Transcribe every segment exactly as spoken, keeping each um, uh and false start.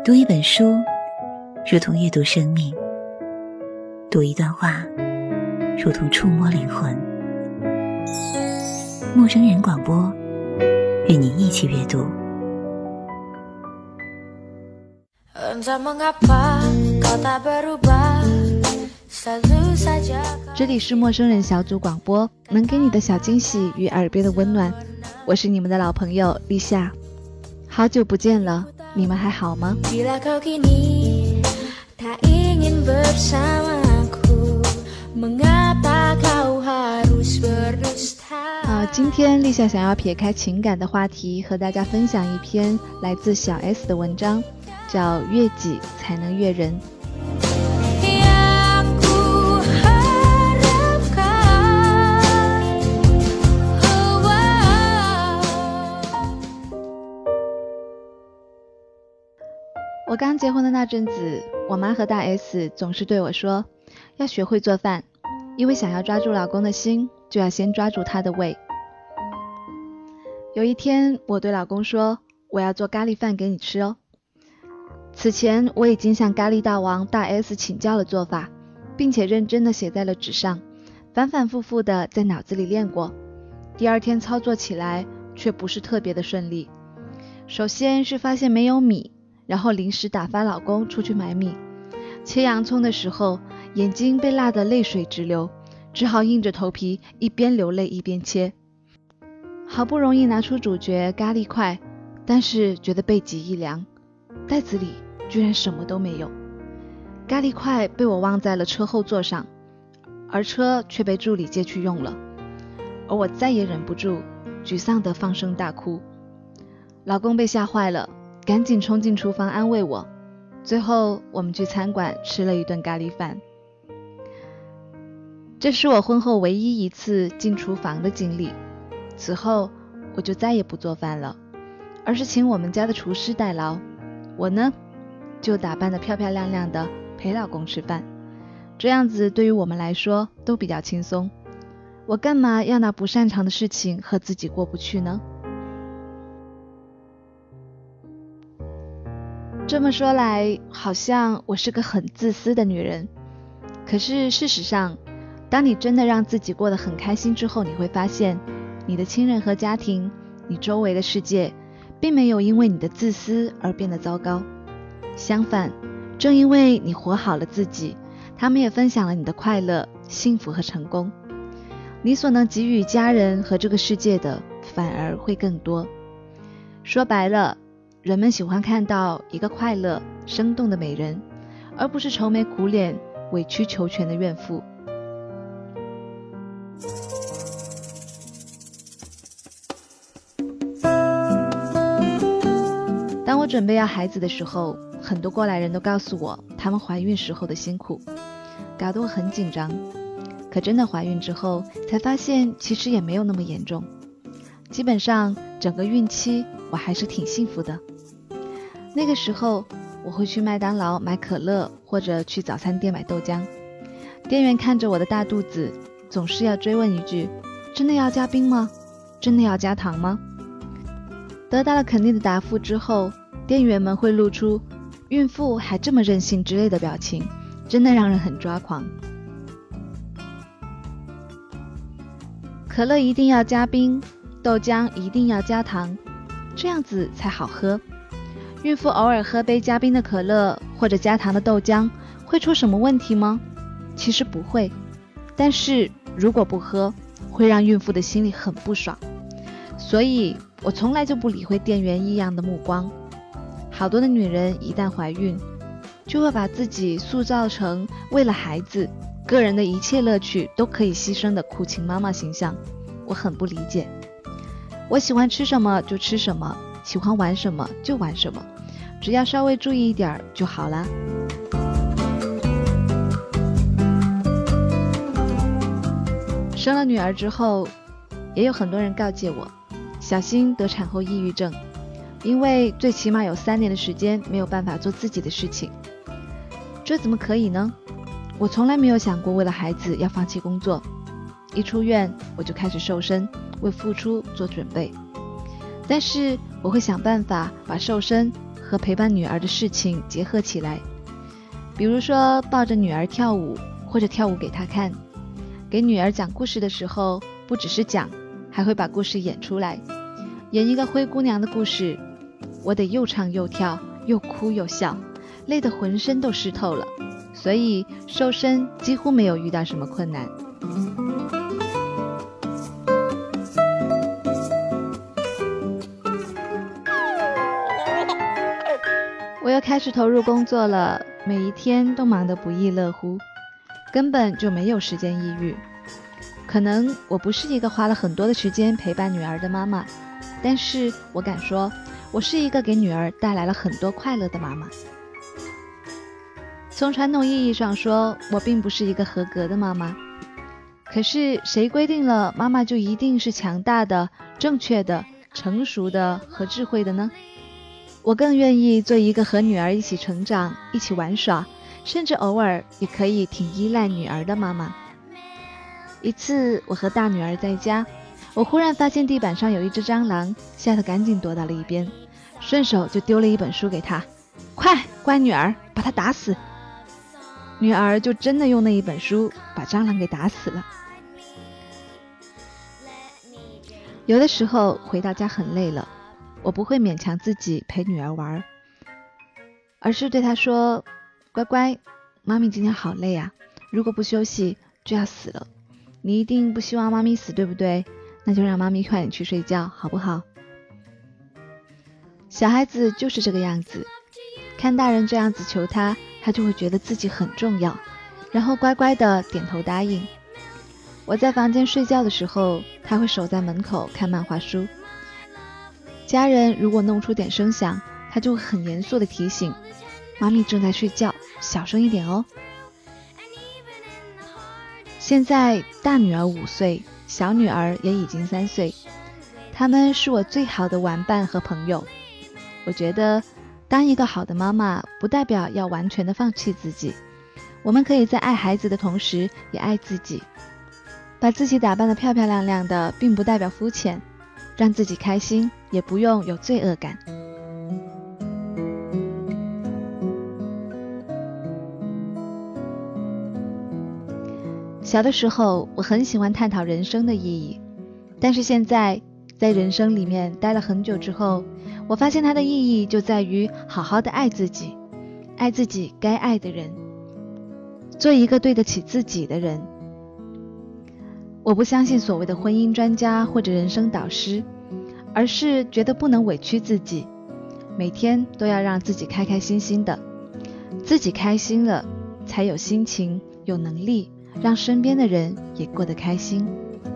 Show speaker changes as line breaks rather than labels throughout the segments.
读一本书如同阅读生命，读一段话如同触摸灵魂。陌生人广播，与你一起阅读。
这里是陌生人小组广播，能给你的小惊喜与耳边的温暖。我是你们的老朋友立夏，好久不见了，你们还好吗？呃，今天立夏想要撇开情感的话题，和大家分享一篇来自小 S 的文章，叫《悦己才能悦人》。我刚结婚的那阵子，我妈和大 S 总是对我说，要学会做饭，因为想要抓住老公的心，就要先抓住他的胃。有一天，我对老公说，我要做咖喱饭给你吃哦。此前，我已经向咖喱大王大 S 请教了做法，并且认真地写在了纸上，反反复复地在脑子里练过。第二天操作起来却不是特别的顺利。首先是发现没有米，然后临时打发老公出去买米。切洋葱的时候，眼睛被辣得泪水直流，只好硬着头皮一边流泪一边切。好不容易拿出主角咖喱块，但是觉得背脊一凉，袋子里居然什么都没有。咖喱块被我忘在了车后座上，而车却被助理借去用了，而我再也忍不住，沮丧地放声大哭。老公被吓坏了，赶紧冲进厨房安慰我。最后我们去餐馆吃了一顿咖喱饭。这是我婚后唯一一次进厨房的经历，此后我就再也不做饭了，而是请我们家的厨师代劳。我呢，就打扮得漂漂亮亮的陪老公吃饭，这样子对于我们来说都比较轻松。我干嘛要拿不擅长的事情和自己过不去呢？这么说来，好像我是个很自私的女人。可是事实上，当你真的让自己过得很开心之后，你会发现，你的亲人和家庭，你周围的世界，并没有因为你的自私而变得糟糕。相反，正因为你活好了自己，他们也分享了你的快乐、幸福和成功。你所能给予家人和这个世界的，反而会更多。说白了，人们喜欢看到一个快乐、生动的美人，而不是愁眉苦脸、委曲求全的怨妇。当我准备要孩子的时候，很多过来人都告诉我他们怀孕时候的辛苦，搞得我很紧张。可真的怀孕之后，才发现其实也没有那么严重。基本上整个孕期我还是挺幸福的。那个时候，我会去麦当劳买可乐，或者去早餐店买豆浆。店员看着我的大肚子，总是要追问一句：真的要加冰吗？真的要加糖吗？得到了肯定的答复之后，店员们会露出孕妇还这么任性之类的表情，真的让人很抓狂。可乐一定要加冰，豆浆一定要加糖，这样子才好喝。孕妇偶尔喝杯加冰的可乐或者加糖的豆浆，会出什么问题吗？其实不会，但是如果不喝，会让孕妇的心里很不爽。所以我从来就不理会店员异样的目光。好多的女人一旦怀孕，就会把自己塑造成为了孩子，个人的一切乐趣都可以牺牲的苦情妈妈形象，我很不理解。我喜欢吃什么就吃什么，喜欢玩什么就玩什么，只要稍微注意一点就好啦。生了女儿之后，也有很多人告诫我，小心得产后抑郁症，因为最起码有三年的时间没有办法做自己的事情。这怎么可以呢？我从来没有想过为了孩子要放弃工作。一出院我就开始瘦身，为复出做准备。但是我会想办法把瘦身和和陪伴女儿的事情结合起来，比如说抱着女儿跳舞，或者跳舞给她看。给女儿讲故事的时候，不只是讲，还会把故事演出来。演一个灰姑娘的故事，我得又唱又跳，又哭又笑，累得浑身都湿透了，所以瘦身几乎没有遇到什么困难。我又开始投入工作了，每一天都忙得不亦乐乎，根本就没有时间抑郁。可能我不是一个花了很多的时间陪伴女儿的妈妈，但是我敢说，我是一个给女儿带来了很多快乐的妈妈。从传统意义上说，我并不是一个合格的妈妈。可是谁规定了妈妈就一定是强大的、正确的、成熟的和智慧的呢？我更愿意做一个和女儿一起成长、一起玩耍，甚至偶尔也可以挺依赖女儿的妈妈。一次我和大女儿在家，我忽然发现地板上有一只蟑螂，吓得赶紧躲到了一边，顺手就丢了一本书给她，快，乖女儿，把它打死。女儿就真的用那一本书把蟑螂给打死了。有的时候回到家很累了，我不会勉强自己陪女儿玩，而是对她说，乖乖，妈咪今天好累啊，如果不休息就要死了，你一定不希望妈咪死对不对？那就让妈咪快点去睡觉好不好？小孩子就是这个样子，看大人这样子求他，他就会觉得自己很重要，然后乖乖的点头答应。我在房间睡觉的时候，他会守在门口看漫画书。家人如果弄出点声响，他就会很严肃的提醒，妈咪正在睡觉，小声一点哦。现在大女儿五岁，小女儿也已经三岁，她们是我最好的玩伴和朋友。我觉得当一个好的妈妈，不代表要完全的放弃自己，我们可以在爱孩子的同时也爱自己。把自己打扮得漂漂亮亮的，并不代表肤浅，让自己开心，也不用有罪恶感。小的时候，我很喜欢探讨人生的意义，但是现在在人生里面待了很久之后，我发现它的意义就在于好好的爱自己，爱自己该爱的人，做一个对得起自己的人。我不相信所谓的婚姻专家或者人生导师，而是觉得不能委屈自己，每天都要让自己开开心心的，自己开心了，才有心情，有能力让身边的人也过得开心。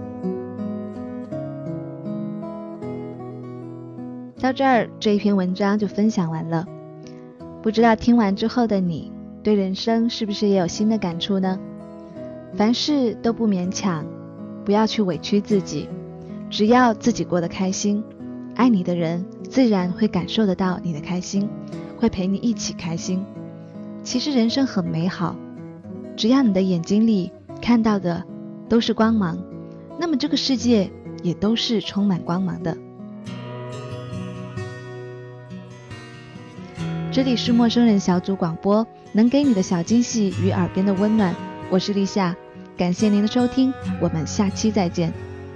到这儿，这一篇文章就分享完了。不知道听完之后的你，对人生是不是也有新的感触呢？凡事都不勉强，不要去委屈自己，只要自己过得开心，爱你的人自然会感受得到你的开心，会陪你一起开心。其实人生很美好，只要你的眼睛里看到的都是光芒，那么这个世界也都是充满光芒的。这里是陌生人小组广播，能给你的小惊喜与耳边的温暖，我是立夏，感谢您的收听，我们下期再见。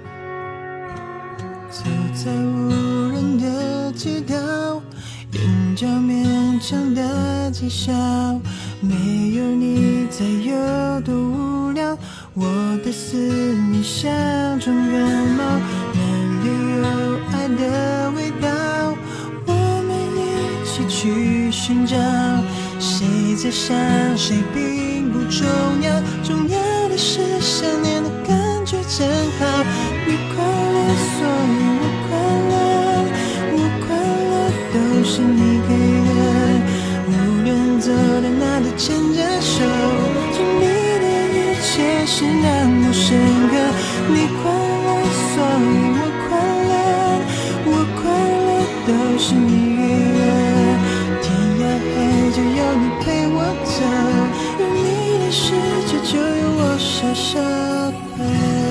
走在无人的街道，眼角勉强的讥笑，没有你在有多无聊，我的思念像种感冒，哪里有爱的味道，我们一起去寻找，谁在想谁并不重要，重要的是想念的感觉真好，你快乐所以我快乐，我快乐都是你给的，无论走到哪都牵着手，经历的一切是那么深刻，你快乐所以我快乐，我快乐都是你给的，天涯海角有你陪我走，有你的世界就有我小小的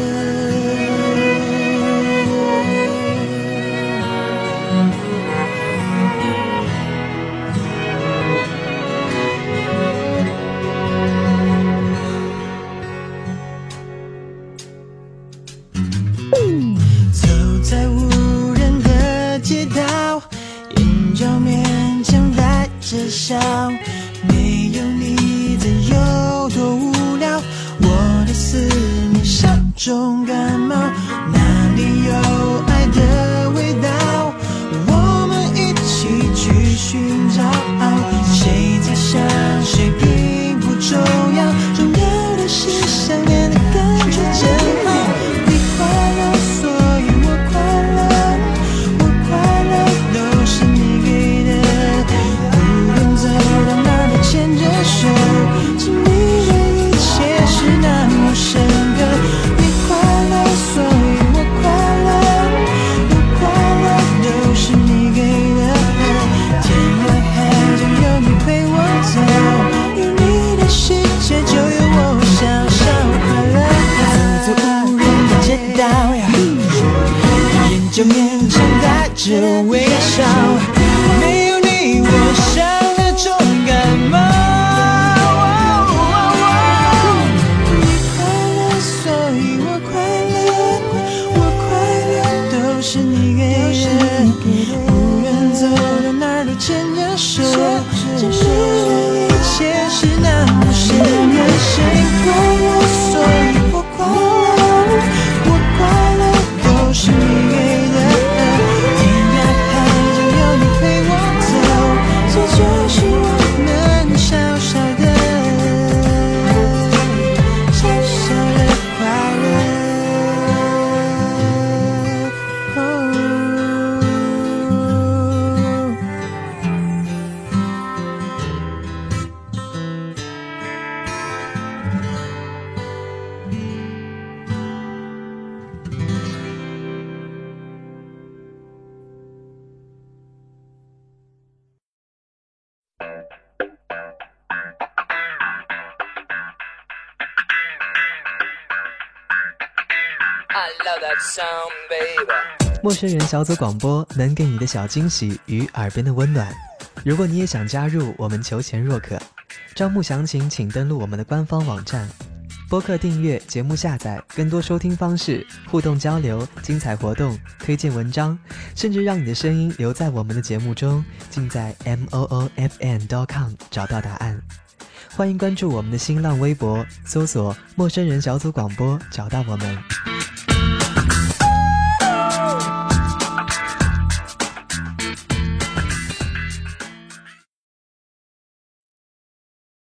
笑，没有你怎有多无聊，我的思念像重感冒，哪里有爱的味道，我们一起去寻找，谁在想谁并不重要，重要的是想念的感觉真好，你快乐所以我快乐，我快乐都是你给的，无论走到哪都牵着手，亲密的一切是那么深刻，你快乐所以我快乐，我快乐都是你给的，天涯海角有你陪我走，有你的世界就有我小小快乐，走走无人的街道，眼角面常带着微笑，没有你我像个重感冒，你快乐所以我快乐，我快乐都是你给的，无论走到哪儿都牵着手，真实的一切是那么深刻，谁快乐所以我快乐，我快乐都是你给的，天涯海角有你陪我走，这就是我们小小的小小的快乐。
陌生人小组广播能给你的小惊喜与耳边的温暖。如果你也想加入，我们求贤若渴。招募详情请登录我们的官方网站。播客订阅、节目下载、更多收听方式、互动交流、精彩活动、推荐文章，甚至让你的声音留在我们的节目中，尽在 m o o f m dot com 找到答案。欢迎关注我们的新浪微博，搜索陌生人小组广播，找到我们。